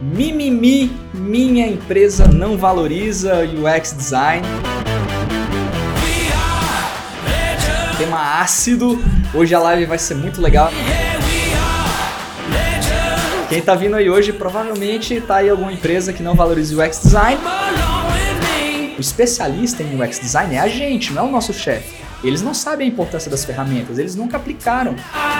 Mimimi, minha empresa não valoriza UX design. Tema ácido, hoje a live vai ser muito legal. Quem tá vindo aí hoje provavelmente tá aí alguma empresa que não valoriza o UX design. O especialista em UX design é a gente, não é o nosso chefe. Eles não sabem a importância das ferramentas, eles nunca aplicaram.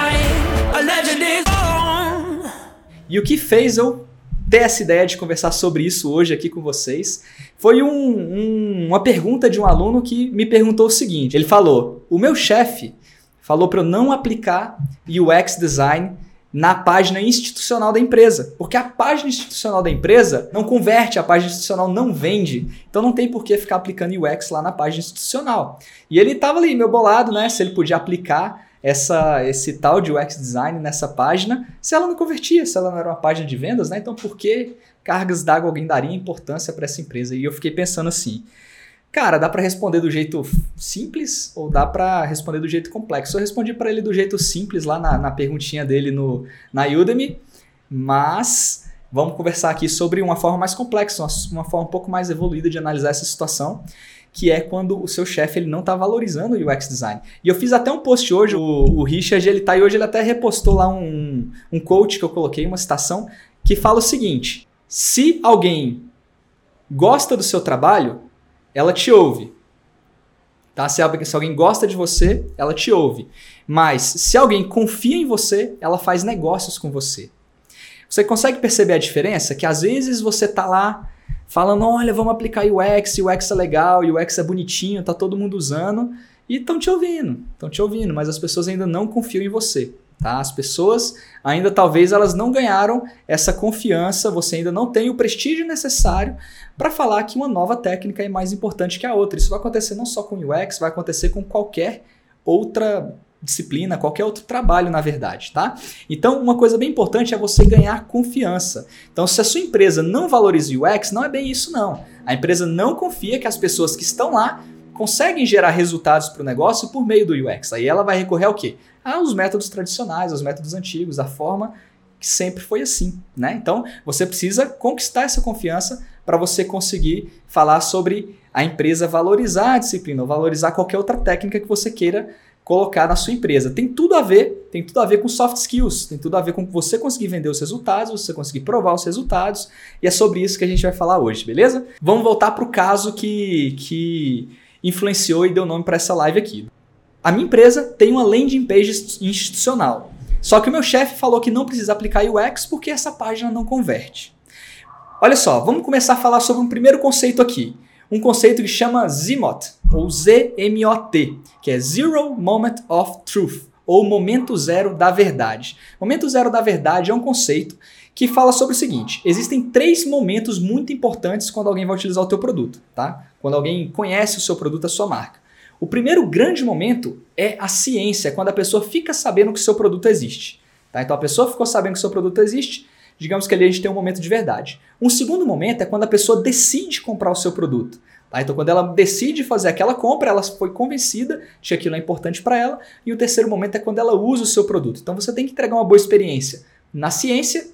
E o que fez eu ter essa ideia de conversar sobre isso hoje aqui com vocês foi uma pergunta de um aluno que me perguntou o seguinte. Ele falou, o meu chefe falou para eu não aplicar UX design na página institucional da empresa, porque a página institucional da empresa não converte, a página institucional não vende, então não tem por que ficar aplicando UX lá na página institucional. E ele estava ali meio bolado, né, se ele podia aplicar esse tal de UX design nessa página, se ela não convertia, se ela não era uma página de vendas, né, então por que cargas d'água alguém daria importância para essa empresa? E eu fiquei pensando assim, cara, dá para responder do jeito simples ou dá para responder do jeito complexo? Eu respondi para ele do jeito simples lá na perguntinha dele na Udemy, mas vamos conversar aqui sobre uma forma mais complexa, uma forma um pouco mais evoluída de analisar essa situação, que é quando o seu chefe ele não está valorizando o UX design. E eu fiz até um post hoje, o Richard, ele tá aí hoje, ele até repostou lá um quote que eu coloquei, uma citação, que fala o seguinte, se alguém gosta do seu trabalho, ela te ouve, tá? Se alguém gosta de você, ela te ouve. Mas se alguém confia em você, ela faz negócios com você. Você consegue perceber a diferença? Que às vezes você tá lá falando, olha, vamos aplicar UX é legal, UX é bonitinho, tá todo mundo usando, e estão te ouvindo, mas as pessoas ainda não confiam em você. Tá? As pessoas ainda talvez elas não ganharam essa confiança, você ainda não tem o prestígio necessário para falar que uma nova técnica é mais importante que a outra. Isso vai acontecer não só com UX, vai acontecer com qualquer outra disciplina, qualquer outro trabalho, na verdade. Tá? Então, uma coisa bem importante é você ganhar confiança. Então, se a sua empresa não valoriza o UX, não é bem isso não. A empresa não confia que as pessoas que estão lá conseguem gerar resultados para o negócio por meio do UX. Aí ela vai recorrer ao quê? Aos métodos tradicionais, aos métodos antigos, a forma que sempre foi assim, né? Então, você precisa conquistar essa confiança para você conseguir falar sobre a empresa valorizar a disciplina ou valorizar qualquer outra técnica que você queira colocar na sua empresa. Tem tudo a ver com soft skills, tem tudo a ver com você conseguir vender os resultados, você conseguir provar os resultados, e é sobre isso que a gente vai falar hoje, beleza? Vamos voltar para o caso que influenciou e deu nome para essa live aqui. A minha empresa tem uma landing page institucional, só que o meu chefe falou que não precisa aplicar UX porque essa página não converte. Olha só, vamos começar a falar sobre um primeiro conceito aqui, um conceito que chama ZMOT, ou ZMOT, que é Zero Moment of Truth, ou Momento Zero da Verdade. Momento Zero da Verdade é um conceito que fala sobre o seguinte, existem 3 momentos muito importantes quando alguém vai utilizar o teu produto, tá? Quando alguém conhece o seu produto, a sua marca. O primeiro grande momento é a ciência, quando a pessoa fica sabendo que o seu produto existe. Tá? Então a pessoa ficou sabendo que o seu produto existe, digamos que ali a gente tem um momento de verdade. Um segundo momento é quando a pessoa decide comprar o seu produto. Tá? Então quando ela decide fazer aquela compra, ela foi convencida de que aquilo é importante para ela. E o terceiro momento é quando ela usa o seu produto. Então você tem que entregar uma boa experiência na ciência,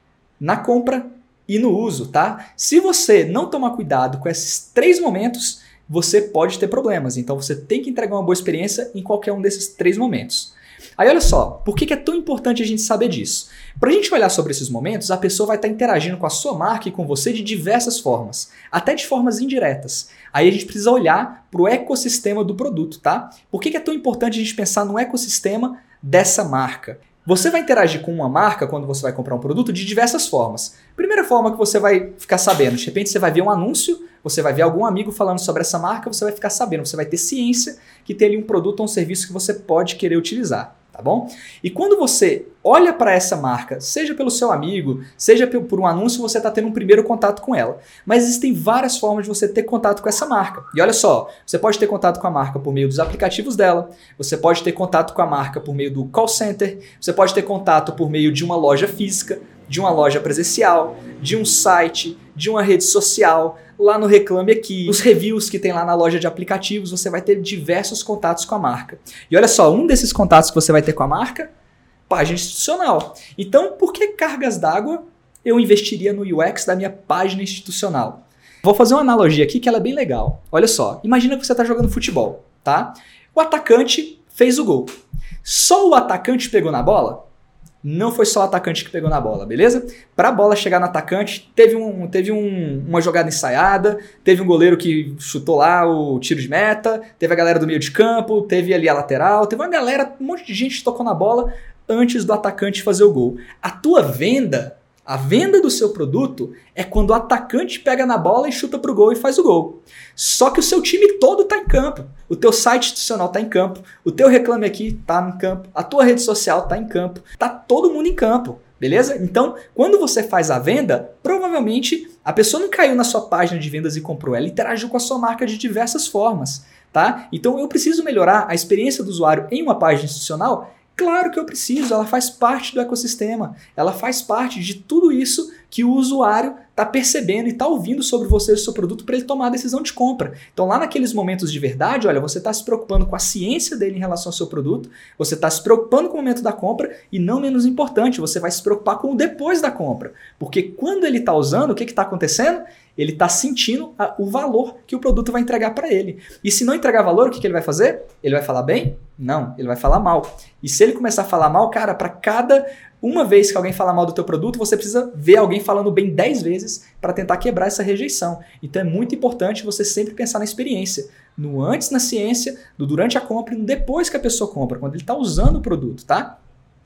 na compra e no uso. Tá? Se você não tomar cuidado com esses 3 momentos, você pode ter problemas. Então você tem que entregar uma boa experiência em qualquer um desses 3 momentos. Aí olha só, por que é tão importante a gente saber disso? Para a gente olhar sobre esses momentos, a pessoa vai estar interagindo com a sua marca e com você de diversas formas, até de formas indiretas. Aí a gente precisa olhar para o ecossistema do produto, tá? Por que é tão importante a gente pensar no ecossistema dessa marca? Você vai interagir com uma marca quando você vai comprar um produto de diversas formas. Primeira forma que você vai ficar sabendo, de repente você vai ver um anúncio, você vai ver algum amigo falando sobre essa marca, você vai ficar sabendo, você vai ter ciência que tem ali um produto ou um serviço que você pode querer utilizar, tá bom? E quando você olha para essa marca, seja pelo seu amigo, seja por um anúncio, você está tendo um primeiro contato com ela. Mas existem várias formas de você ter contato com essa marca. E olha só, você pode ter contato com a marca por meio dos aplicativos dela, você pode ter contato com a marca por meio do call center, você pode ter contato por meio de uma loja física, de uma loja presencial, de um site, de uma rede social, lá no Reclame Aqui, nos reviews que tem lá na loja de aplicativos, você vai ter diversos contatos com a marca. E olha só, um desses contatos que você vai ter com a marca, página institucional. Então, por que cargas d'água eu investiria no UX da minha página institucional? Vou fazer uma analogia aqui que ela é bem legal. Olha só, imagina que você está jogando futebol, tá? O atacante fez o gol. Só o atacante pegou na bola? Não foi só o atacante que pegou na bola, beleza? Para a bola chegar no atacante, teve uma jogada ensaiada, teve um goleiro que chutou lá o tiro de meta, teve a galera do meio de campo, teve ali a lateral, teve uma galera, um monte de gente que tocou na bola antes do atacante fazer o gol. A tua venda, a venda do seu produto é quando o atacante pega na bola e chuta pro gol e faz o gol. Só que o seu time todo está em campo. O teu site institucional está em campo. O teu Reclame Aqui está em campo. A tua rede social está em campo. Está todo mundo em campo. Beleza? Então, quando você faz a venda, provavelmente a pessoa não caiu na sua página de vendas e comprou. Ela interagiu com a sua marca de diversas formas. Tá? Então, eu preciso melhorar a experiência do usuário em uma página institucional? Claro que eu preciso, ela faz parte do ecossistema, ela faz parte de tudo isso que o usuário está percebendo e está ouvindo sobre você e o seu produto para ele tomar a decisão de compra. Então lá naqueles momentos de verdade, olha, você está se preocupando com a ciência dele em relação ao seu produto, você está se preocupando com o momento da compra e não menos importante, você vai se preocupar com o depois da compra. Porque quando ele está usando, o que está acontecendo? Ele está sentindo o valor que o produto vai entregar para ele. E se não entregar valor, o que ele vai fazer? Ele vai falar bem? Não, ele vai falar mal. E se ele começar a falar mal, cara, para cada uma vez que alguém falar mal do teu produto, você precisa ver alguém falando bem 10 vezes para tentar quebrar essa rejeição. Então é muito importante você sempre pensar na experiência. No antes na ciência, no durante a compra e no depois que a pessoa compra, quando ele está usando o produto, tá?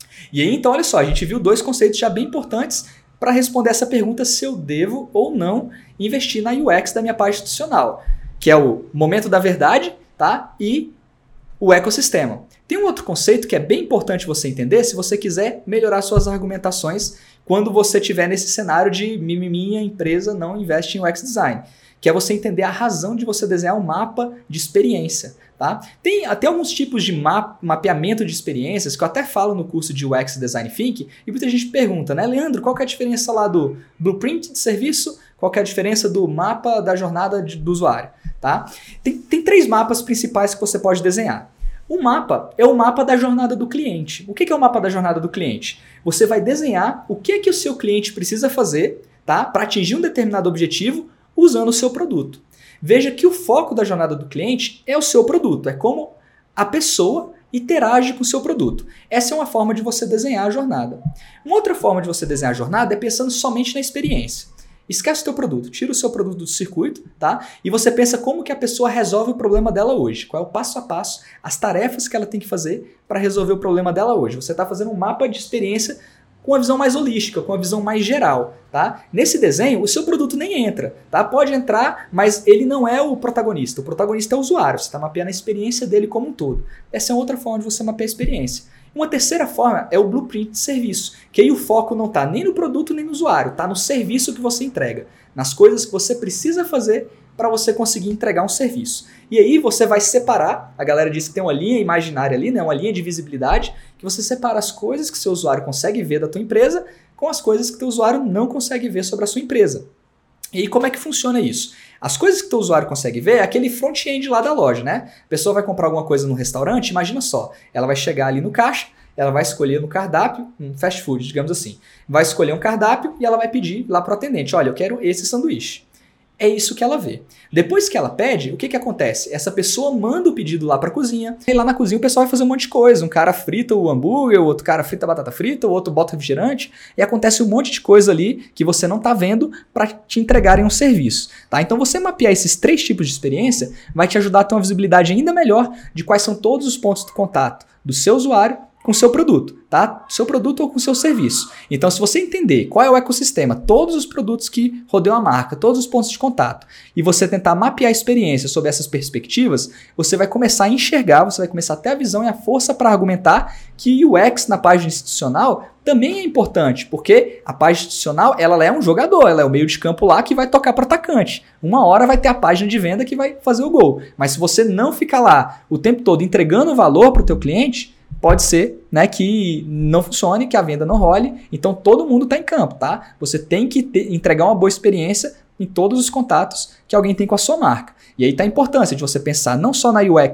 E aí, então, olha só, a gente viu dois conceitos já bem importantes para responder essa pergunta se eu devo ou não investir na UX da minha página institucional, que é o momento da verdade, tá? E o ecossistema. Tem um outro conceito que é bem importante você entender se você quiser melhorar suas argumentações quando você estiver nesse cenário de minha empresa não investe em UX design, que é você entender a razão de você desenhar um mapa de experiência. Tá? Tem até alguns tipos de mapeamento de experiências que eu até falo no curso de UX Design Thinking e muita gente pergunta, né, Leandro, qual que é a diferença lá do blueprint de serviço, qual que é a diferença do mapa da jornada do usuário? Tá? Tem 3 mapas principais que você pode desenhar. Um mapa é o mapa da jornada do cliente. O que é o mapa da jornada do cliente? Você vai desenhar o que o seu cliente precisa fazer, tá, para atingir um determinado objetivo usando o seu produto. Veja que o foco da jornada do cliente é o seu produto, é como a pessoa interage com o seu produto. Essa é uma forma de você desenhar a jornada. Uma outra forma de você desenhar a jornada é pensando somente na experiência. Esquece o teu produto, tira o seu produto do circuito, tá? E você pensa como que a pessoa resolve o problema dela hoje. Qual é o passo a passo, as tarefas que ela tem que fazer para resolver o problema dela hoje. Você está fazendo um mapa de experiência com uma visão mais holística, com uma visão mais geral, tá? Nesse desenho, o seu produto nem entra, tá? Pode entrar, mas ele não é o protagonista. O protagonista é o usuário, você está mapeando a experiência dele como um todo. Essa é outra forma de você mapear a experiência. Uma terceira forma é o blueprint de serviço, que aí o foco não está nem no produto nem no usuário, está no serviço que você entrega, nas coisas que você precisa fazer para você conseguir entregar um serviço. E aí você vai separar, a galera diz que tem uma linha imaginária ali, né, uma linha de visibilidade, que você separa as coisas que seu usuário consegue ver da tua empresa com as coisas que teu usuário não consegue ver sobre a sua empresa. E como é que funciona isso? As coisas que o teu usuário consegue ver é aquele front-end lá da loja, né? A pessoa vai comprar alguma coisa no restaurante, imagina só, ela vai chegar ali no caixa, ela vai escolher no cardápio, um fast food, digamos assim, vai escolher um cardápio e ela vai pedir lá pro atendente, olha, eu quero esse sanduíche. É isso que ela vê. Depois que ela pede, o que acontece? Essa pessoa manda o pedido lá para a cozinha, e lá na cozinha o pessoal vai fazer um monte de coisa. Um cara frita o hambúrguer, o outro cara frita a batata frita, o outro bota refrigerante, e acontece um monte de coisa ali que você não está vendo para te entregarem um serviço. Tá? Então você mapear esses 3 tipos de experiência vai te ajudar a ter uma visibilidade ainda melhor de quais são todos os pontos de contato do seu usuário com o seu produto, tá? Seu produto ou com o seu serviço. Então, se você entender qual é o ecossistema, todos os produtos que rodeiam a marca, todos os pontos de contato, e você tentar mapear a experiência sob essas perspectivas, você vai começar a enxergar, você vai começar a ter a visão e a força para argumentar que o UX na página institucional também é importante, porque a página institucional ela é um jogador, ela é o meio de campo lá que vai tocar para o atacante. Uma hora vai ter a página de venda que vai fazer o gol. Mas se você não ficar lá o tempo todo entregando valor para o teu cliente, pode ser, né, que não funcione, que a venda não role, então todo mundo está em campo, tá? Você tem que entregar uma boa experiência em todos os contatos que alguém tem com a sua marca. E aí está a importância de você pensar não só na UX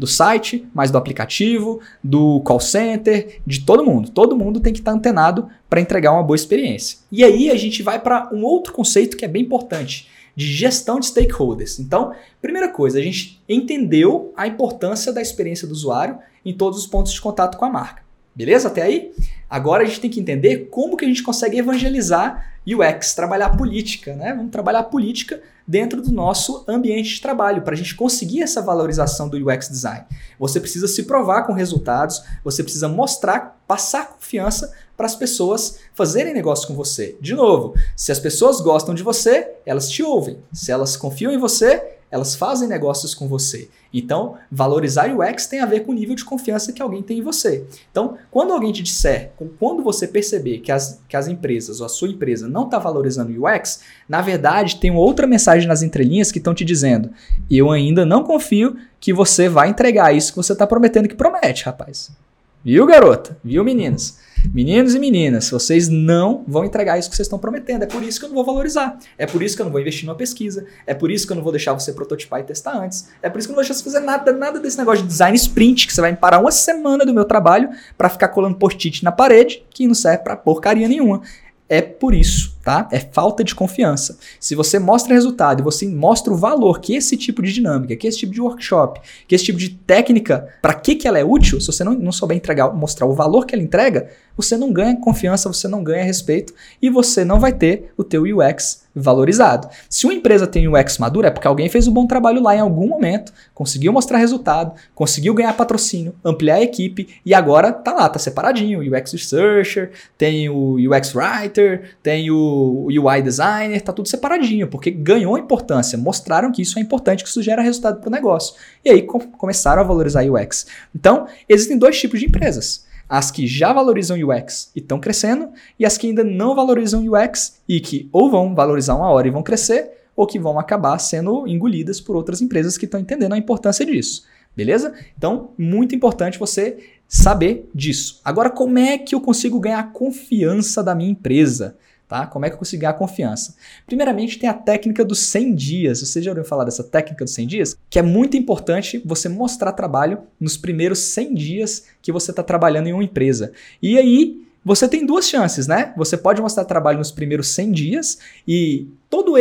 do site, mas do aplicativo, do call center, de todo mundo. Todo mundo tem que estar antenado para entregar uma boa experiência. E aí a gente vai para um outro conceito que é bem importante, de gestão de stakeholders. Então, primeira coisa, a gente entendeu a importância da experiência do usuário em todos os pontos de contato com a marca. Beleza? Até aí? Agora a gente tem que entender como que a gente consegue evangelizar UX, trabalhar política, né? Vamos trabalhar política dentro do nosso ambiente de trabalho, para a gente conseguir essa valorização do UX design. Você precisa se provar com resultados, você precisa mostrar, passar confiança para as pessoas fazerem negócio com você. De novo, se as pessoas gostam de você, elas te ouvem. Se elas confiam em você, elas fazem negócios com você. Então, valorizar UX tem a ver com o nível de confiança que alguém tem em você. Então, quando alguém te disser, quando você perceber que as empresas ou a sua empresa não está valorizando o UX, na verdade, tem outra mensagem nas entrelinhas que estão te dizendo: eu ainda não confio que você vai entregar isso que você está prometendo que promete, rapaz. Viu, garota? Viu, meninas? Meninos e meninas, vocês não vão entregar isso que vocês estão prometendo. É por isso que eu não vou valorizar. É por isso que eu não vou investir numa pesquisa. É por isso que eu não vou deixar você prototipar e testar antes. É por isso que eu não vou deixar você fazer nada desse negócio de design sprint, que você vai me parar uma semana do meu trabalho para ficar colando post-it na parede, que não serve para porcaria nenhuma. É por isso, tá? É falta de confiança. Se você mostra resultado e você mostra o valor que esse tipo de dinâmica, que esse tipo de workshop, que esse tipo de técnica, para que ela é útil, se você não souber mostrar o valor que ela entrega, você não ganha confiança, você não ganha respeito e você não vai ter o teu UX valorizado. Se uma empresa tem UX maduro, é porque alguém fez um bom trabalho lá em algum momento, conseguiu mostrar resultado, conseguiu ganhar patrocínio, ampliar a equipe e agora tá lá, tá separadinho. O UX Researcher, tem o UX Writer, tem o UI Designer, tá tudo separadinho, porque ganhou importância, mostraram que isso é importante, que isso gera resultado para o negócio. E aí começaram a valorizar UX. Então, existem dois tipos de empresas. As que já valorizam UX e estão crescendo, e as que ainda não valorizam UX e que ou vão valorizar uma hora e vão crescer, ou que vão acabar sendo engolidas por outras empresas que estão entendendo a importância disso. Beleza? Então, muito importante você saber disso. Agora, como é que eu consigo ganhar a confiança da minha empresa? Tá? Como é que eu consigo ganhar confiança? Primeiramente, tem a técnica dos 100 dias. Você já ouviu falar dessa técnica dos 100 dias? Que é muito importante você mostrar trabalho nos primeiros 100 dias que você está trabalhando em uma empresa. E aí, você tem duas chances, né? Você pode mostrar trabalho nos primeiros 100 dias e toda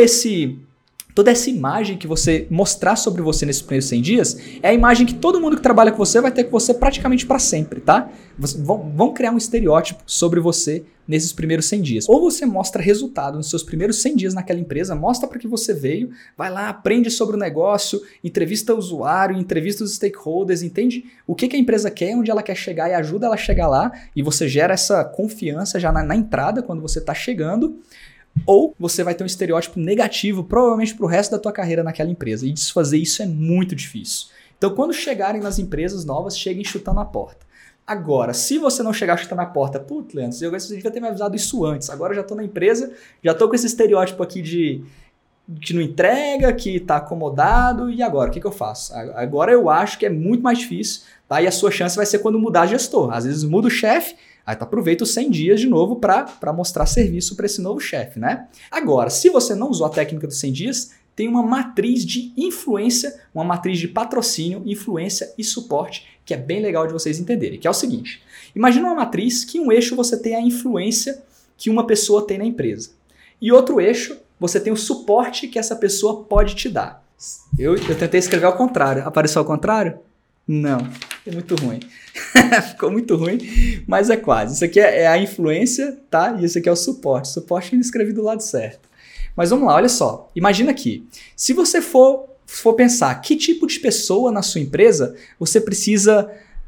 essa imagem que você mostrar sobre você nesses primeiros 100 dias é a imagem que todo mundo que trabalha com você vai ter com você praticamente para sempre, tá? Vão criar um estereótipo sobre você nesses primeiros 100 dias. Ou você mostra resultado nos seus primeiros 100 dias naquela empresa, mostra para que você veio, vai lá, aprende sobre o negócio, entrevista o usuário, entrevista os stakeholders, entende o que a empresa quer, onde ela quer chegar e ajuda ela a chegar lá, e você gera essa confiança já na entrada quando você está chegando. Ou você vai ter um estereótipo negativo, provavelmente para o resto da tua carreira naquela empresa. E desfazer isso é muito difícil. Então, quando chegarem nas empresas novas, cheguem chutando a porta. Agora, se você não chegar chutando a porta, putz, Leandro, você devia ter me avisado isso antes. Agora eu já estou na empresa, já estou com esse estereótipo aqui de que não entrega, que está acomodado, e agora? O que eu faço? Agora eu acho que é muito mais difícil, tá? E a sua chance vai ser quando mudar gestor. Às vezes muda o chefe, aí tu aproveita os 100 dias de novo para mostrar serviço para esse novo chefe, né? Agora, se você não usou a técnica dos 100 dias, tem uma matriz de influência, uma matriz de patrocínio, influência e suporte, que é bem legal de vocês entenderem, que é o seguinte. Imagina uma matriz que um eixo você tem a influência que uma pessoa tem na empresa. E outro eixo, você tem o suporte que essa pessoa pode te dar. Eu tentei escrever ao contrário. Apareceu ao contrário? Não. É muito ruim. Ficou muito ruim, mas é quase. Isso aqui é a influência, tá? E isso aqui é o suporte. O suporte eu escrevi do lado certo. Mas vamos lá, olha só. Imagina aqui. Se você for pensar que tipo de pessoa na sua empresa você precisa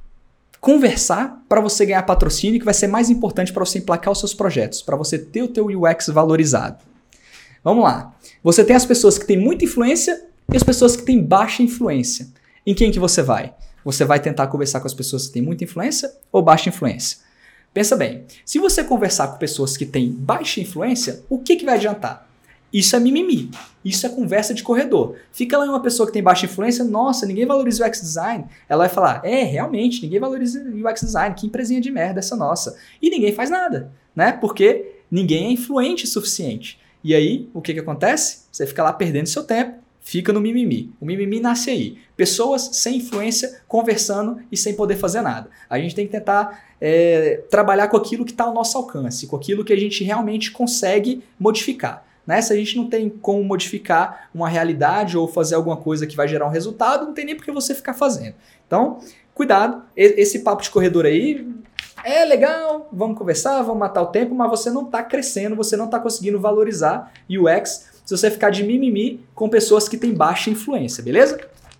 conversar para você ganhar patrocínio, que vai ser mais importante para você emplacar os seus projetos, para você ter o teu UX valorizado. Vamos lá. Você tem as pessoas que têm muita influência e as pessoas que têm baixa influência. Em quem que você vai? Você vai tentar conversar com as pessoas que têm muita influência ou baixa influência? Pensa bem, se você conversar com pessoas que têm baixa influência, o que vai adiantar? Isso é mimimi, isso é conversa de corredor. Fica lá uma pessoa que tem baixa influência, nossa, ninguém valoriza o UX Design. Ela vai falar, realmente, ninguém valoriza o UX Design, que empresinha de merda essa nossa. E ninguém faz nada, né? Porque ninguém é influente o suficiente. E aí, o que acontece? Você fica lá perdendo seu tempo, fica no mimimi. O mimimi nasce aí. Pessoas sem influência, conversando e sem poder fazer nada. A gente tem que tentar trabalhar com aquilo que está ao nosso alcance, com aquilo que a gente realmente consegue modificar. Né? Se a gente não tem como modificar uma realidade ou fazer alguma coisa que vai gerar um resultado, não tem nem por que você ficar fazendo. Então, cuidado. Esse papo de corredor aí é legal, vamos conversar, vamos matar o tempo, mas você não está crescendo, você não está conseguindo valorizar UX se você ficar de mimimi com pessoas que têm baixa influência, beleza?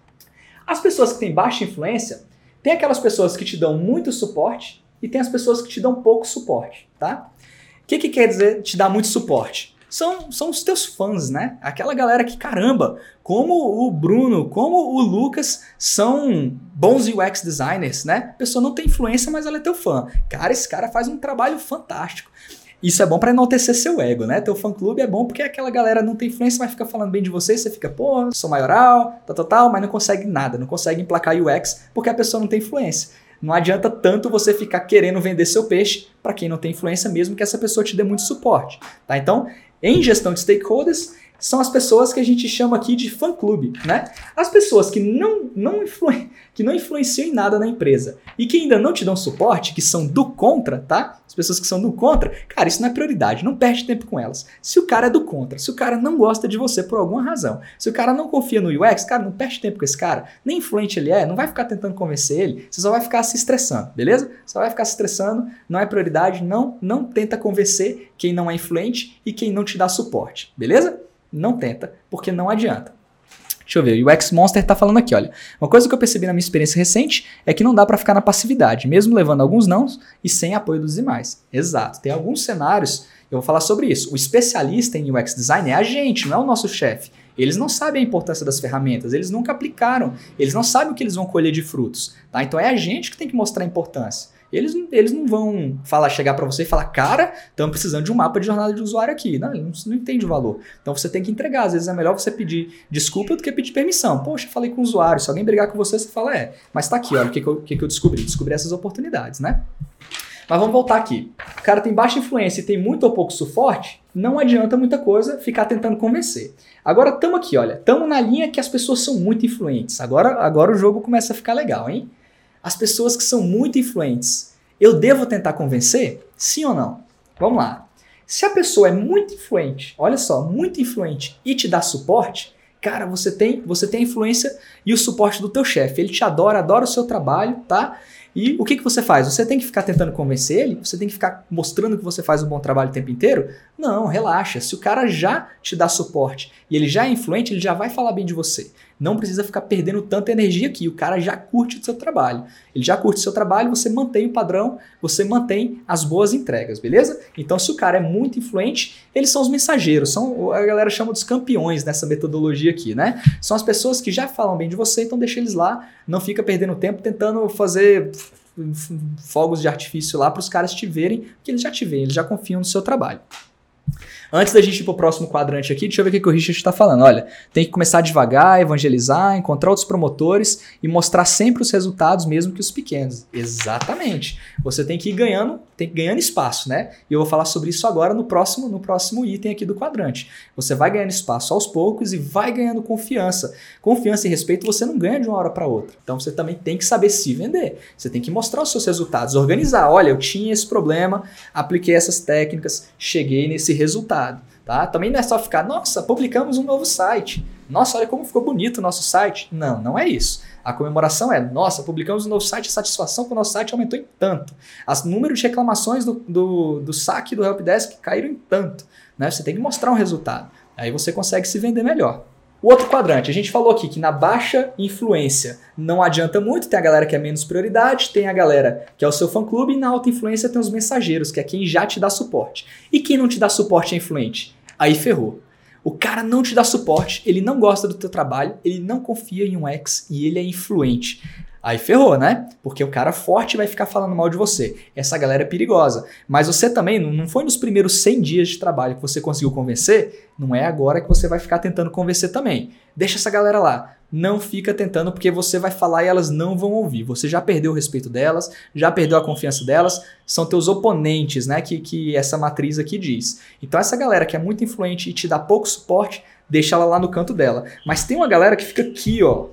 As pessoas que têm baixa influência, tem aquelas pessoas que te dão muito suporte e tem as pessoas que te dão pouco suporte, tá? O que quer dizer te dar muito suporte? São os teus fãs, né? Aquela galera que, caramba, como o Bruno, como o Lucas são bons UX designers, né? A pessoa não tem influência, mas ela é teu fã. Cara, esse cara faz um trabalho fantástico. Isso é bom para enaltecer seu ego, né? Teu fã-clube é bom porque aquela galera não tem influência, mas fica falando bem de você, você fica, pô, sou maioral, tal, mas não consegue nada, não consegue emplacar UX porque a pessoa não tem influência. Não adianta tanto você ficar querendo vender seu peixe para quem não tem influência, mesmo que essa pessoa te dê muito suporte, tá? Então, em gestão de stakeholders, são as pessoas que a gente chama aqui de fã-clube, né? As pessoas que não influenciam em nada na empresa e que ainda não te dão suporte, que são do contra, tá? As pessoas que são do contra, cara, isso não é prioridade, não perde tempo com elas. Se o cara é do contra, se o cara não gosta de você por alguma razão, se o cara não confia no UX, cara, não perde tempo com esse cara, nem influente ele é, não vai ficar tentando convencer ele, você só vai ficar se estressando, beleza? Só vai ficar se estressando, não é prioridade, não tenta convencer quem não é influente e quem não te dá suporte, beleza? Não tenta, porque não adianta. Deixa eu ver, o UX Monster tá falando aqui, olha. Uma coisa que eu percebi na minha experiência recente é que não dá para ficar na passividade, mesmo levando alguns nãos e sem apoio dos demais. Exato, tem alguns cenários, eu vou falar sobre isso. O especialista em UX Design é a gente, não é o nosso chefe. Eles não sabem a importância das ferramentas, eles nunca aplicaram, eles não sabem o que eles vão colher de frutos. Tá? Então é a gente que tem que mostrar a importância. Eles não vão chegar para você e falar, cara, estamos precisando de um mapa de jornada de usuário aqui. Não, eles não entendem o valor. Então você tem que entregar. Às vezes é melhor você pedir desculpa do que pedir permissão. Poxa, falei com o usuário. Se alguém brigar com você, você fala, mas tá aqui, olha o que eu descobri. Descobri essas oportunidades, né? Mas vamos voltar aqui. O cara tem baixa influência e tem muito ou pouco suporte, não adianta muita coisa ficar tentando convencer. Agora estamos aqui, olha. Estamos na linha que as pessoas são muito influentes. Agora o jogo começa a ficar legal, hein? As pessoas que são muito influentes, eu devo tentar convencer? Sim ou não? Vamos lá. Se a pessoa é muito influente, olha só, muito influente e te dá suporte, cara, você tem a influência e o suporte do teu chefe. Ele te adora o seu trabalho, tá? E o que você faz? Você tem que ficar tentando convencer ele? Você tem que ficar mostrando que você faz um bom trabalho o tempo inteiro? Não, relaxa. Se o cara já te dá suporte e ele já é influente, ele já vai falar bem de você. Não precisa ficar perdendo tanta energia aqui. O cara já curte o seu trabalho. Ele já curte o seu trabalho, você mantém o padrão, você mantém as boas entregas, beleza? Então, se o cara é muito influente, eles são os mensageiros. A galera chama dos campeões nessa metodologia aqui, né? São as pessoas que já falam bem de você, então deixa eles lá. Não fica perdendo tempo tentando fazer fogos de artifício lá para os caras te verem, porque eles já te veem, eles já confiam no seu trabalho. Antes da gente ir para o próximo quadrante aqui, deixa eu ver o que o Richard está falando. Olha, tem que começar devagar, evangelizar, encontrar outros promotores e mostrar sempre os resultados, mesmo que os pequenos. Exatamente. Você tem que ir ganhando espaço, né? E eu vou falar sobre isso agora no próximo item aqui do quadrante. Você vai ganhando espaço aos poucos e vai ganhando confiança. Confiança e respeito você não ganha de uma hora para outra. Então você também tem que saber se vender. Você tem que mostrar os seus resultados, organizar. Olha, eu tinha esse problema, apliquei essas técnicas, cheguei nesse resultado. Tá? Também não é só ficar, nossa, publicamos um novo site. Nossa, olha como ficou bonito o nosso site. Não é isso. A comemoração é, nossa, publicamos um novo site, a satisfação com o nosso site aumentou em tanto. O número de reclamações do saque do Helpdesk caíram em tanto. Né? Você tem que mostrar um resultado. Aí você consegue se vender melhor. O outro quadrante, a gente falou aqui que na baixa influência não adianta muito, tem a galera que é menos prioridade, tem a galera que é o seu fã-clube e na alta influência tem os mensageiros, que é quem já te dá suporte. E quem não te dá suporte é influente? Aí ferrou. O cara não te dá suporte, ele não gosta do teu trabalho, ele não confia em um ex e ele é influente. Aí ferrou, né? Porque o cara forte vai ficar falando mal de você. Essa galera é perigosa. Mas você também, não foi nos primeiros 100 dias de trabalho que você conseguiu convencer, não é agora que você vai ficar tentando convencer também. Deixa essa galera lá. não fica tentando, porque você vai falar e elas não vão ouvir. Você já perdeu o respeito delas, já perdeu a confiança delas, são teus oponentes, né, que essa matriz aqui diz. Então essa galera que é muito influente e te dá pouco suporte, deixa ela lá no canto dela. Mas tem uma galera que fica aqui, ó.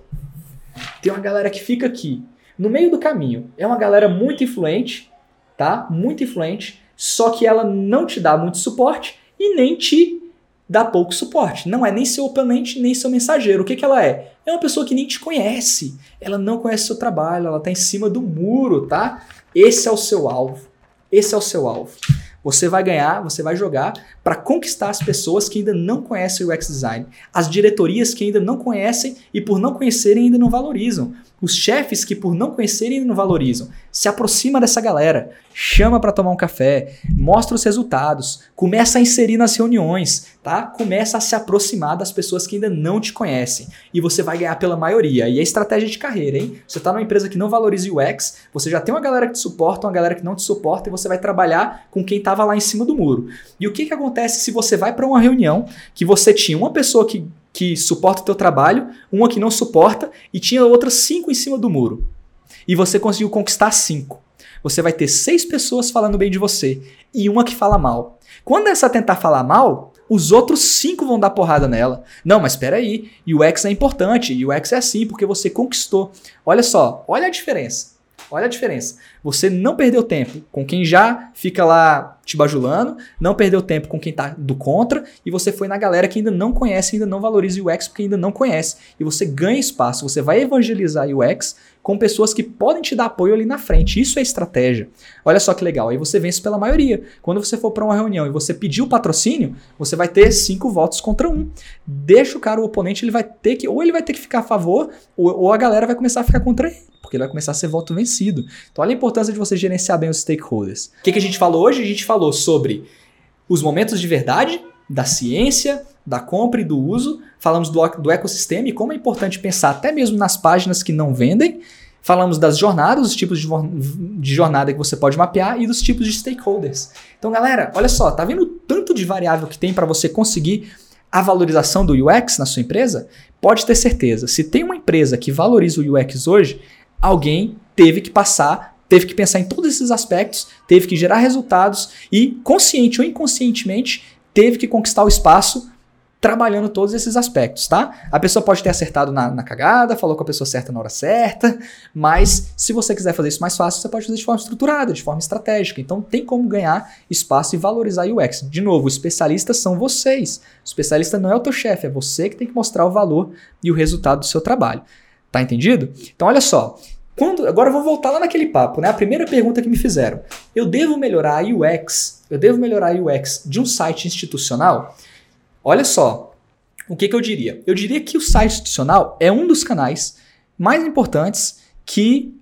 Tem uma galera que fica aqui, no meio do caminho. É uma galera muito influente, tá? Muito influente, só que ela não te dá muito suporte e nem te dá pouco suporte. Não é nem seu oponente, nem seu mensageiro. O que ela é? É uma pessoa que nem te conhece. Ela não conhece seu trabalho, ela tá em cima do muro, tá? Esse é o seu alvo. Esse é o seu alvo. Você vai ganhar, você vai jogar para conquistar as pessoas que ainda não conhecem o UX Design, as diretorias que ainda não conhecem e por não conhecerem ainda não valorizam, os chefes que por não conhecerem ainda não valorizam. Se aproxima dessa galera, chama para tomar um café, mostra os resultados, começa a inserir nas reuniões, tá? Começa a se aproximar das pessoas que ainda não te conhecem e você vai ganhar pela maioria. E é estratégia de carreira, hein? Você está numa empresa que não valoriza o UX, você já tem uma galera que te suporta, uma galera que não te suporta e você vai trabalhar com quem estava lá em cima do muro. E o que acontece se você vai para uma reunião que você tinha uma pessoa que suporta o teu trabalho, uma que não suporta e tinha outras 5 em cima do muro. E você conseguiu conquistar 5. Você vai ter 6 pessoas falando bem de você e uma que fala mal. Quando essa tentar falar mal, os outros 5 vão dar porrada nela. Não, mas espera aí, UX é importante, UX é assim porque você conquistou. Olha só, olha a diferença. Olha a diferença. Você não perdeu tempo com quem já fica lá te bajulando, não perdeu tempo com quem tá do contra, e você foi na galera que ainda não conhece, ainda não valoriza o UX porque ainda não conhece. E você ganha espaço, você vai evangelizar o UX com pessoas que podem te dar apoio ali na frente. Isso é estratégia. Olha só que legal, aí você vence pela maioria. Quando você for para uma reunião e você pedir o patrocínio, você vai ter 5 votos contra 1. Deixa o cara, o oponente, ele vai ter que, ou ele vai ter que ficar a favor, ou a galera vai começar a ficar contra ele, porque ele vai começar a ser voto vencido. Então olha a importância de você gerenciar bem os stakeholders. O que a gente falou hoje? A gente falou sobre os momentos de verdade, da ciência, da compra e do uso. Falamos do ecossistema e como é importante pensar até mesmo nas páginas que não vendem. Falamos das jornadas, os tipos de jornada que você pode mapear e dos tipos de stakeholders. Então galera, olha só, tá vendo o tanto de variável que tem para você conseguir a valorização do UX na sua empresa? Pode ter certeza, se tem uma empresa que valoriza o UX hoje, alguém teve que pensar em todos esses aspectos, teve que gerar resultados e, consciente ou inconscientemente, teve que conquistar o espaço trabalhando todos esses aspectos, tá? A pessoa pode ter acertado na cagada, falou com a pessoa certa na hora certa, mas se você quiser fazer isso mais fácil, você pode fazer de forma estruturada, de forma estratégica. Então tem como ganhar espaço e valorizar o UX. De novo, os especialistas são vocês. O especialista não é o teu chefe, é você que tem que mostrar o valor e o resultado do seu trabalho. Tá entendido? Então olha só. Agora eu vou voltar lá naquele papo, né? A primeira pergunta que me fizeram. Eu devo melhorar a UX? Eu devo melhorar a UX de um site institucional? Olha só, o que eu diria? Eu diria que o site institucional é um dos canais mais importantes que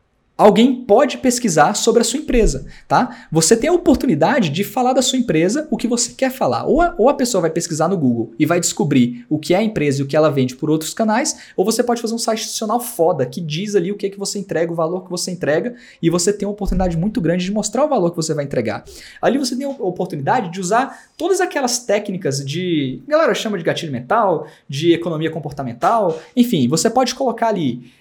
alguém pode pesquisar sobre a sua empresa, tá? Você tem a oportunidade de falar da sua empresa o que você quer falar. Ou a pessoa vai pesquisar no Google e vai descobrir o que é a empresa e o que ela vende por outros canais, ou você pode fazer um site institucional foda, que diz ali o que você entrega, o valor que você entrega, e você tem uma oportunidade muito grande de mostrar o valor que você vai entregar. Ali você tem a oportunidade de usar todas aquelas técnicas de, a galera chama de gatilho mental, de economia comportamental, enfim, você pode colocar ali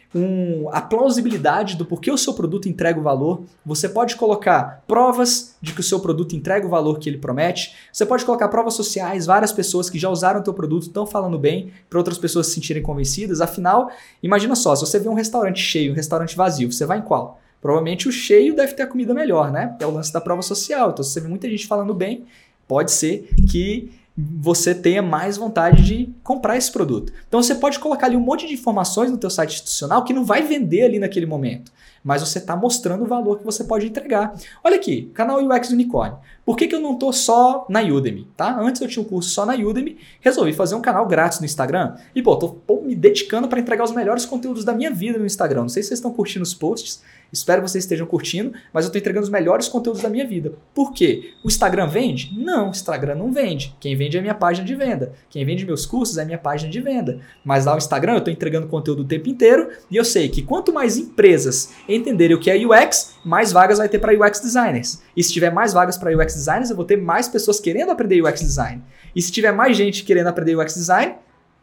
a plausibilidade do porquê o seu produto entrega o valor. Você pode colocar provas de que o seu produto entrega o valor que ele promete. Você pode colocar provas sociais, várias pessoas que já usaram o teu produto estão falando bem para outras pessoas se sentirem convencidas. Afinal, imagina só, se você vê um restaurante cheio, um restaurante vazio, você vai em qual? Provavelmente o cheio deve ter a comida melhor, né? É o lance da prova social. Então, se você vê muita gente falando bem, pode ser que você tenha mais vontade de comprar esse produto. Então você pode colocar ali um monte de informações no teu site institucional que não vai vender ali naquele momento, mas você está mostrando o valor que você pode entregar. Olha aqui, canal UX Unicórnio. Por que eu não estou só na Udemy? Tá? Antes eu tinha um curso só na Udemy, resolvi fazer um canal grátis no Instagram e estou me dedicando para entregar os melhores conteúdos da minha vida no Instagram. Não sei se vocês estão curtindo os posts, espero que vocês estejam curtindo, mas eu estou entregando os melhores conteúdos da minha vida. Por quê? O Instagram vende? Não, o Instagram não vende. Quem vende é a minha página de venda. Quem vende meus cursos é a minha página de venda. Mas lá no Instagram eu estou entregando conteúdo o tempo inteiro e eu sei que quanto mais empresas entenderem o que é UX, mais vagas vai ter para UX designers. E se tiver mais vagas para UX designers, eu vou ter mais pessoas querendo aprender UX design. E se tiver mais gente querendo aprender UX design,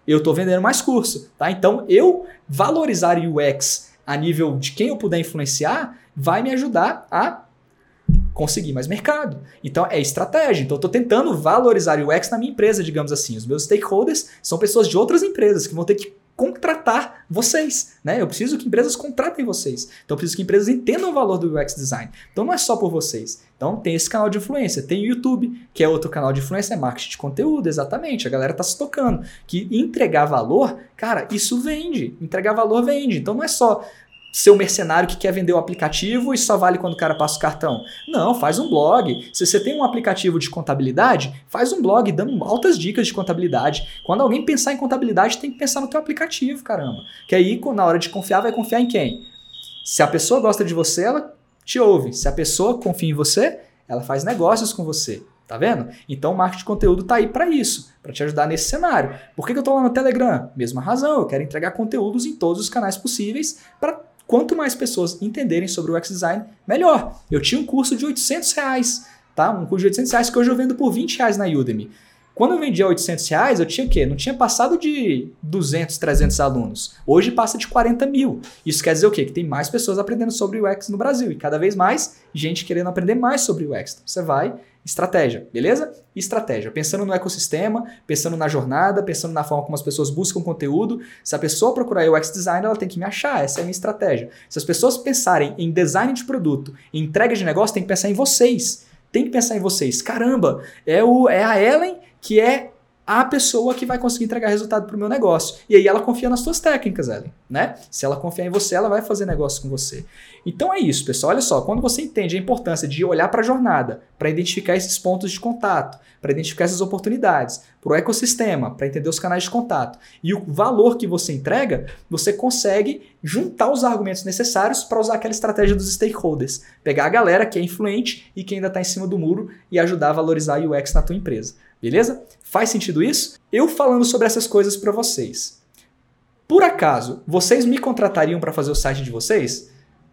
eu estou vendendo mais curso, tá? Então, eu valorizar UX a nível de quem eu puder influenciar vai me ajudar a conseguir mais mercado. Então, é estratégia. Então, eu estou tentando valorizar o UX na minha empresa, digamos assim. Os meus stakeholders são pessoas de outras empresas que vão ter que contratar vocês, né? Eu preciso que empresas contratem vocês. Então, eu preciso que empresas entendam o valor do UX design. Então, não é só por vocês. Então, tem esse canal de influência. Tem o YouTube, que é outro canal de influência, é marketing de conteúdo, exatamente. A galera tá se tocando. Que entregar valor, cara, isso vende. Entregar valor vende. Então, não é só ser um mercenário que quer vender o aplicativo e só vale quando o cara passa o cartão. Não, faz um blog. Se você tem um aplicativo de contabilidade, faz um blog dando altas dicas de contabilidade. Quando alguém pensar em contabilidade, tem que pensar no teu aplicativo, caramba. Que aí, na hora de confiar, vai confiar em quem? Se a pessoa gosta de você, ela te ouve. Se a pessoa confia em você, ela faz negócios com você. Tá vendo? Então o marketing de conteúdo tá aí para isso, para te ajudar nesse cenário. Por que eu tô lá no Telegram? Mesma razão, eu quero entregar conteúdos em todos os canais possíveis para quanto mais pessoas entenderem sobre o UX Design, melhor. Eu tinha um curso de R$800, tá? Um curso de R$800 que hoje eu vendo por R$20 na Udemy. Quando eu vendia R$800, eu tinha o quê? Não tinha passado de 200, 300 alunos. Hoje passa de 40 mil. Isso quer dizer o quê? Que tem mais pessoas aprendendo sobre o UX no Brasil e cada vez mais gente querendo aprender mais sobre o UX. Então, você vai... Estratégia, beleza? Estratégia. Pensando no ecossistema, pensando na jornada, pensando na forma como as pessoas buscam conteúdo. Se a pessoa procurar UX Design, ela tem que me achar. Essa é a minha estratégia. Se as pessoas pensarem em design de produto, em entrega de negócio, tem que pensar em vocês. Tem que pensar em vocês. Caramba, é a Ellen que é a pessoa que vai conseguir entregar resultado para o meu negócio. E aí ela confia nas suas técnicas, Ellen, né? Se ela confiar em você, ela vai fazer negócio com você. Então é isso, pessoal. Olha só, quando você entende a importância de olhar para a jornada, para identificar esses pontos de contato, para identificar essas oportunidades, para o ecossistema, para entender os canais de contato e o valor que você entrega, você consegue juntar os argumentos necessários para usar aquela estratégia dos stakeholders. Pegar a galera que é influente e que ainda está em cima do muro e ajudar a valorizar o UX na tua empresa. Beleza? Faz sentido isso? Eu falando sobre essas coisas para vocês. Por acaso, vocês me contratariam para fazer o site de vocês?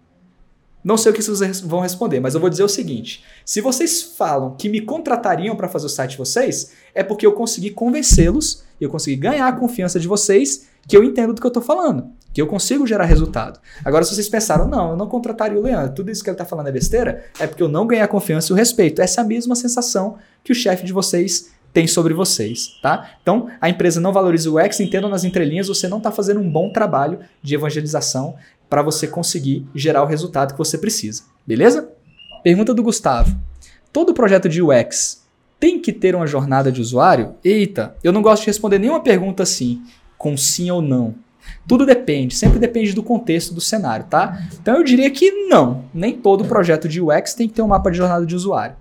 Não sei o que vocês vão responder, mas eu vou dizer o seguinte. Se vocês falam que me contratariam para fazer o site de vocês, é porque eu consegui convencê-los, eu consegui ganhar a confiança de vocês, que eu entendo do que eu estou falando, que eu consigo gerar resultado. Agora, se vocês pensaram, não, eu não contrataria o Leandro, tudo isso que ele está falando é besteira, é porque eu não ganhei a confiança e o respeito. Essa é a mesma sensação que o chefe de vocês tem sobre vocês, tá? Então, a empresa não valoriza o UX, entendam nas entrelinhas, você não está fazendo um bom trabalho de evangelização para você conseguir gerar o resultado que você precisa, beleza? Pergunta do Gustavo. Todo projeto de UX tem que ter uma jornada de usuário? Eita, eu não gosto de responder nenhuma pergunta assim, com sim ou não. Tudo depende, sempre depende do contexto, do cenário, tá? Então eu diria que não, nem todo projeto de UX tem que ter um mapa de jornada de usuário.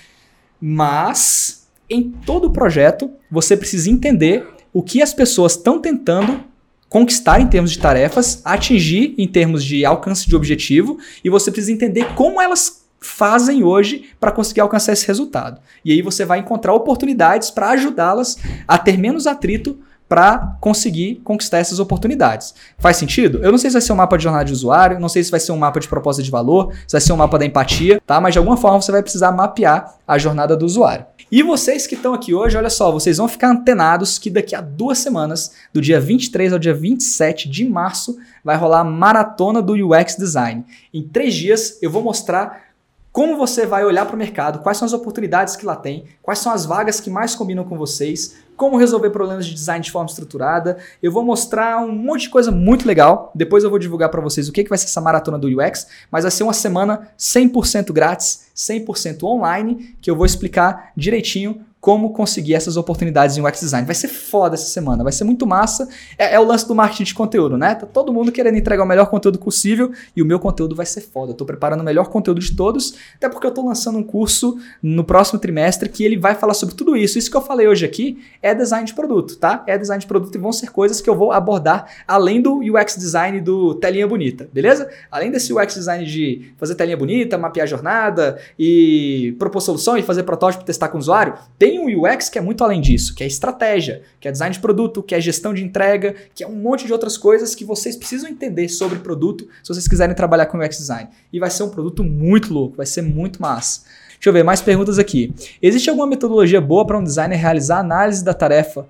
Mas, em todo projeto, você precisa entender o que as pessoas estão tentando conquistar em termos de tarefas, atingir em termos de alcance de objetivo, e você precisa entender como elas fazem hoje para conseguir alcançar esse resultado. E aí você vai encontrar oportunidades para ajudá-las a ter menos atrito para conseguir conquistar essas oportunidades. Faz sentido? Eu não sei se vai ser um mapa de jornada de usuário, não sei se vai ser um mapa de proposta de valor, se vai ser um mapa da empatia, tá? Mas de alguma forma você vai precisar mapear a jornada do usuário. E vocês que estão aqui hoje, olha só, vocês vão ficar antenados que daqui a 2 semanas, do dia 23 ao dia 27 de março, vai rolar a maratona do UX Design. Em 3 dias eu vou mostrar como você vai olhar para o mercado, quais são as oportunidades que lá tem, quais são as vagas que mais combinam com vocês, como resolver problemas de design de forma estruturada. Eu vou mostrar um monte de coisa muito legal. Depois eu vou divulgar para vocês o que vai ser essa maratona do UX, mas vai ser uma semana 100% grátis, 100% online, que eu vou explicar direitinho como conseguir essas oportunidades em UX Design. Vai ser foda essa semana, vai ser muito massa. É o lance do marketing de conteúdo, né? Tá todo mundo querendo entregar o melhor conteúdo possível e o meu conteúdo vai ser foda. Eu tô preparando o melhor conteúdo de todos, até porque eu tô lançando um curso no próximo trimestre que ele vai falar sobre tudo isso. Isso que eu falei hoje aqui é design de produto, tá? É design de produto e vão ser coisas que eu vou abordar além do UX Design do telinha bonita, beleza? Além desse UX Design de fazer telinha bonita, mapear a jornada e propor solução e fazer protótipo e testar com o usuário, tem um UX que é muito além disso, que é estratégia, que é design de produto, que é gestão de entrega, que é um monte de outras coisas que vocês precisam entender sobre produto se vocês quiserem trabalhar com UX Design. E vai ser um produto muito louco, vai ser muito massa. Deixa eu ver, mais perguntas aqui. Existe alguma metodologia boa para um designer realizar a análise da tarefa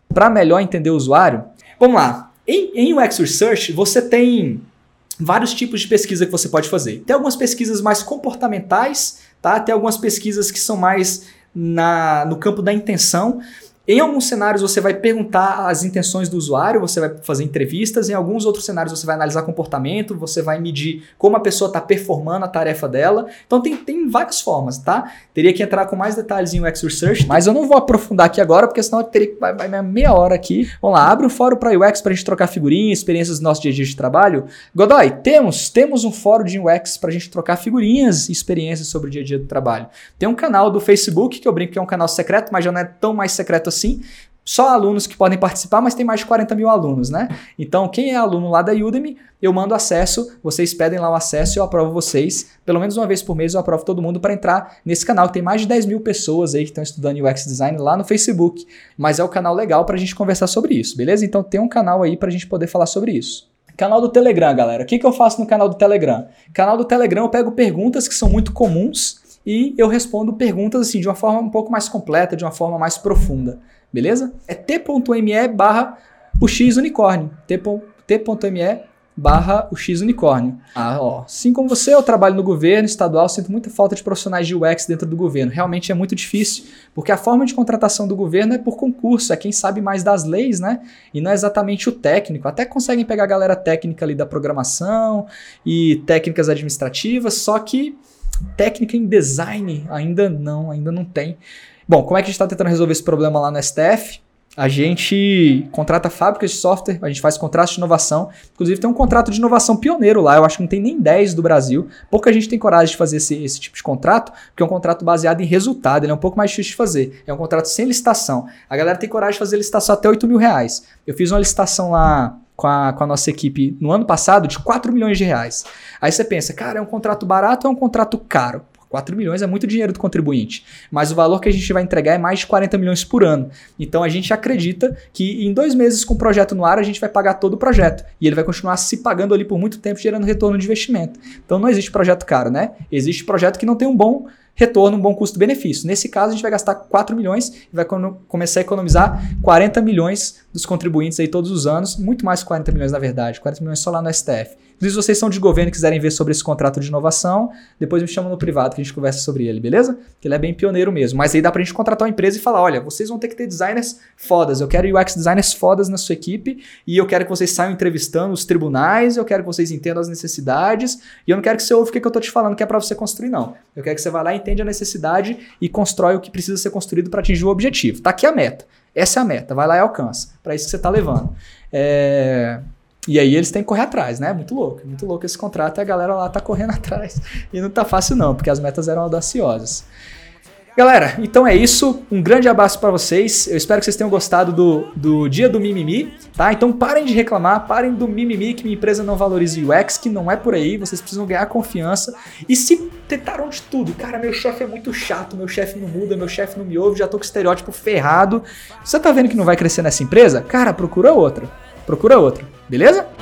para melhor entender o usuário? Vamos lá. Em UX Research, você tem vários tipos de pesquisa que você pode fazer. Tem algumas pesquisas mais comportamentais, tá? Tem algumas pesquisas que são mais no campo da intenção. Em alguns cenários você vai perguntar as intenções do usuário, você vai fazer entrevistas, em alguns outros cenários você vai analisar comportamento, você vai medir como a pessoa está performando a tarefa dela. Então tem várias formas, tá? Teria que entrar com mais detalhes em UX Research, mas eu não vou aprofundar aqui agora, porque senão eu teria que vai meia hora aqui. Vamos lá, abre um fórum para UX para a gente trocar figurinhas, experiências do nosso dia a dia de trabalho. Godoy, temos um fórum de UX para a gente trocar figurinhas e experiências sobre o dia a dia do trabalho. Tem um canal do Facebook, que eu brinco que é um canal secreto, mas já não é tão mais secreto assim. Só alunos que podem participar, mas tem mais de 40 mil alunos, né? Então, quem é aluno lá da Udemy, eu mando acesso, vocês pedem lá o acesso e eu aprovo vocês. Pelo menos uma vez por mês eu aprovo todo mundo para entrar nesse canal. Tem mais de 10 mil pessoas aí que estão estudando UX Design lá no Facebook, mas é um canal legal para a gente conversar sobre isso, beleza? Então, tem um canal aí para a gente poder falar sobre isso. Canal do Telegram, galera. O que eu faço no canal do Telegram? Canal do Telegram eu pego perguntas que são muito comuns e eu respondo perguntas assim de uma forma um pouco mais completa, de uma forma mais profunda, beleza? É t.me/uxunicórnio, t.me/uxunicórnio. Assim como você, eu trabalho no governo estadual, sinto muita falta de profissionais de UX dentro do governo. Realmente é muito difícil, porque a forma de contratação do governo é por concurso, é quem sabe mais das leis, né? E não é exatamente o técnico. Até conseguem pegar a galera técnica ali da programação e técnicas administrativas, só que técnica em design ainda não tem. Bom, como é que a gente está tentando resolver esse problema lá no STF? A gente contrata fábricas de software, a gente faz contratos de inovação. Inclusive tem um contrato de inovação pioneiro lá, eu acho que não tem nem 10 do Brasil. Pouca gente tem coragem de fazer esse tipo de contrato, porque é um contrato baseado em resultado, ele é um pouco mais difícil de fazer. É um contrato sem licitação. A galera tem coragem de fazer licitação até R$8 mil. Eu fiz uma licitação lá com a nossa equipe no ano passado de R$4 milhões. Aí você pensa, cara, é um contrato barato ou é um contrato caro? 4 milhões é muito dinheiro do contribuinte, mas o valor que a gente vai entregar é mais de 40 milhões por ano. Então a gente acredita que em 2 meses com o projeto no ar a gente vai pagar todo o projeto e ele vai continuar se pagando ali por muito tempo, gerando retorno de investimento. Então não existe projeto caro, né? Existe projeto que não tem um bom retorno, um bom custo-benefício. Nesse caso a gente vai gastar 4 milhões e vai começar a economizar 40 milhões dos contribuintes aí todos os anos, muito mais que 40 milhões na verdade, 40 milhões só lá no STF. Se vocês são de governo e quiserem ver sobre esse contrato de inovação, depois me chamam no privado que a gente conversa sobre ele, beleza? Que ele é bem pioneiro mesmo. Mas aí dá pra gente contratar uma empresa e falar, olha, vocês vão ter que ter designers fodas, eu quero UX designers fodas na sua equipe e eu quero que vocês saiam entrevistando os tribunais, eu quero que vocês entendam as necessidades e eu não quero que você ouça o que eu tô te falando que é pra você construir, não. Eu quero que você vá lá, entenda a necessidade e constrói o que precisa ser construído para atingir o objetivo. Tá aqui a meta. Essa é a meta. Vai lá e alcança. Para isso que você tá levando. E aí eles têm que correr atrás, né? Muito louco esse contrato e a galera lá tá correndo atrás. E não tá fácil não, porque as metas eram audaciosas. Galera, então é isso. Um grande abraço para vocês. Eu espero que vocês tenham gostado do dia do mimimi, tá? Então parem de reclamar, parem do mimimi que minha empresa não valoriza o UX, que não é por aí. Vocês precisam ganhar confiança. E se tentaram de tudo. Cara, meu chefe é muito chato, meu chefe não muda, meu chefe não me ouve, já tô com o estereótipo ferrado. Você tá vendo que não vai crescer nessa empresa? Cara, procura outra. Beleza?